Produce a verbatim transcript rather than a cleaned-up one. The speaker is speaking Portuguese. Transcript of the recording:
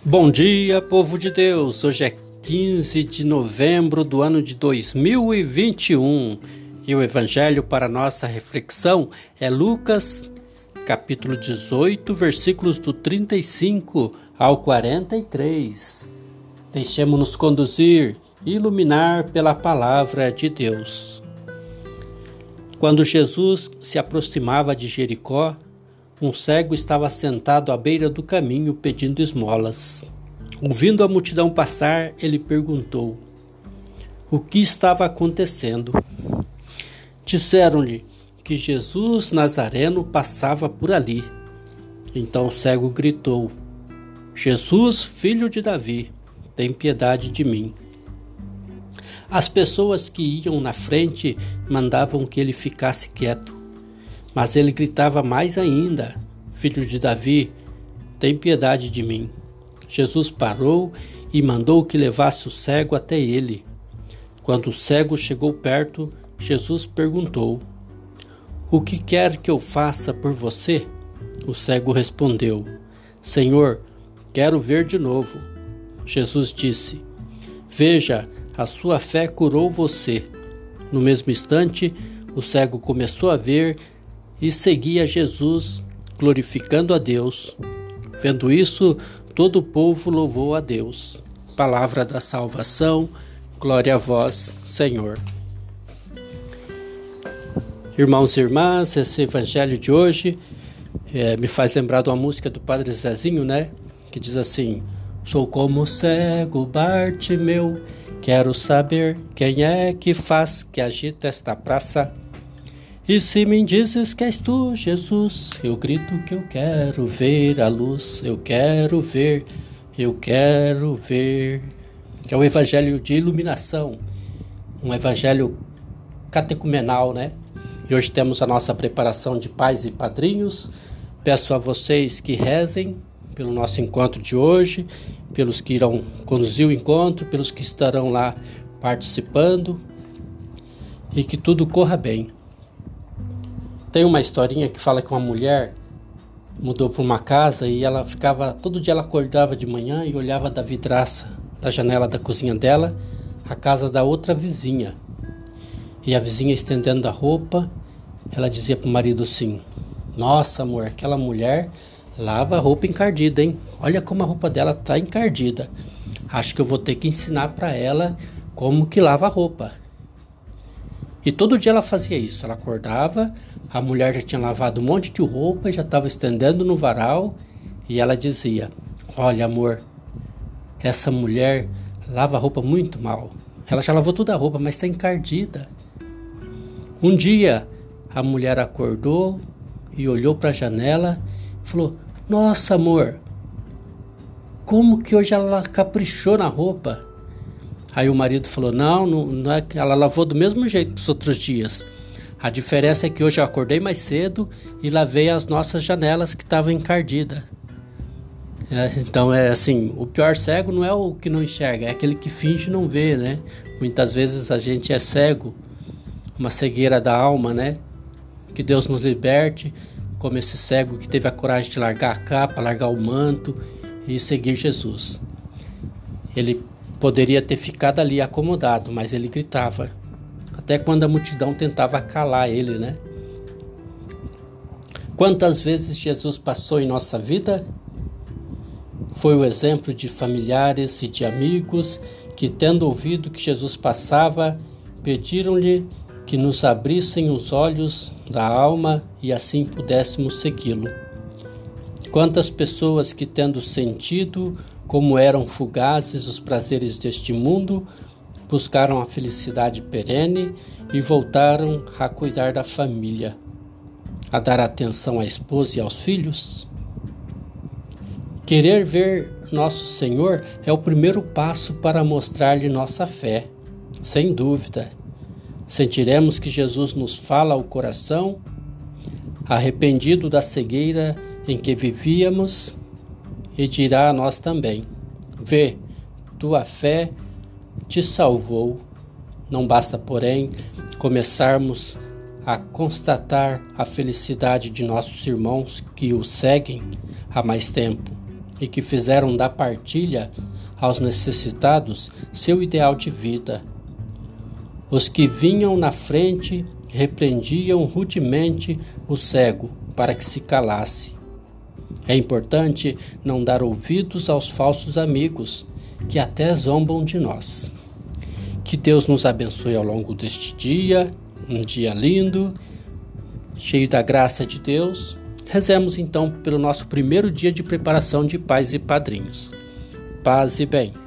Bom dia, povo de Deus! Hoje é quinze de novembro do ano de dois mil e vinte e um e o Evangelho para nossa reflexão é Lucas, capítulo dezoito, versículos do trinta e cinco ao quarenta e três. Deixemos-nos conduzir e iluminar pela palavra de Deus. Quando Jesus se aproximava de Jericó, um cego estava sentado à beira do caminho pedindo esmolas. Ouvindo a multidão passar, ele perguntou o que estava acontecendo. Disseram-lhe que Jesus Nazareno passava por ali. Então o cego gritou: Jesus, filho de Davi, tem piedade de mim. As pessoas que iam na frente mandavam que ele ficasse quieto. Mas ele gritava mais ainda: Filho de Davi, tem piedade de mim. Jesus parou e mandou que levasse o cego até ele. Quando o cego chegou perto, Jesus perguntou: O que quer que eu faça por você? O cego respondeu: Senhor, quero ver de novo. Jesus disse: Veja, a sua fé curou você. No mesmo instante, o cego começou a ver e seguia Jesus, glorificando a Deus. Vendo isso, todo o povo louvou a Deus. Palavra da salvação, glória a vós, Senhor. Irmãos e irmãs, esse evangelho de hoje é, me faz lembrar de uma música do Padre Zezinho, né? Que diz assim: Sou como o cego Bartimeu, quero saber quem é que faz que agita esta praça. E se me dizes que és tu, Jesus, eu grito que eu quero ver a luz, eu quero ver, eu quero ver. É um evangelho de iluminação, um evangelho catecumenal, né? E hoje temos a nossa preparação de pais e padrinhos. Peço a vocês que rezem pelo nosso encontro de hoje, pelos que irão conduzir o encontro, pelos que estarão lá participando, e que tudo corra bem. Tem uma historinha que fala que uma mulher mudou para uma casa e ela ficava, todo dia ela acordava de manhã e olhava da vidraça da janela da cozinha dela a casa da outra vizinha. E a vizinha estendendo a roupa, ela dizia para o marido assim: Nossa, amor, aquela mulher lava a roupa encardida, hein? Olha como a roupa dela tá encardida. Acho que eu vou ter que ensinar para ela como que lava a roupa. E todo dia ela fazia isso. Ela acordava, a mulher já tinha lavado um monte de roupa, já estava estendendo no varal, e ela dizia: Olha, amor, essa mulher lava a roupa muito mal. Ela já lavou toda a roupa, mas está encardida. Um dia, a mulher acordou e olhou para a janela e falou: Nossa, amor, como que hoje ela caprichou na roupa? Aí o marido falou: não, não, não é, ela lavou do mesmo jeito dos outros dias. A diferença é que hoje eu acordei mais cedo e lavei as nossas janelas que estavam encardidas. É, então é assim, o pior cego não é o que não enxerga, é aquele que finge não ver, né? Muitas vezes a gente é cego, uma cegueira da alma, né? Que Deus nos liberte, como esse cego que teve a coragem de largar a capa, largar o manto e seguir Jesus. Ele poderia ter ficado ali acomodado, mas ele gritava, até quando a multidão tentava calar ele, né? Quantas vezes Jesus passou em nossa vida? Foi o exemplo de familiares e de amigos que, tendo ouvido que Jesus passava, pediram-lhe que nos abrissem os olhos da alma e assim pudéssemos segui-lo. Quantas pessoas que, tendo sentido como eram fugazes os prazeres deste mundo, buscaram a felicidade perene e voltaram a cuidar da família, a dar atenção à esposa e aos filhos. Querer ver nosso Senhor é o primeiro passo para mostrar-lhe nossa fé. Sem dúvida, sentiremos que Jesus nos fala ao coração, arrependido da cegueira em que vivíamos, e dirá a nós também: Vê, tua fé te salvou. Não basta, porém, começarmos a constatar a felicidade de nossos irmãos que o seguem há mais tempo. e que fizeram da partilha aos necessitados seu ideal de vida. Os que vinham na frente repreendiam rudemente o cego para que se calasse. É importante não dar ouvidos aos falsos amigos, que até zombam de nós. Que Deus nos abençoe ao longo deste dia, um dia lindo, cheio da graça de Deus. Rezemos então pelo nosso primeiro dia de preparação de pais e padrinhos. Paz e bem.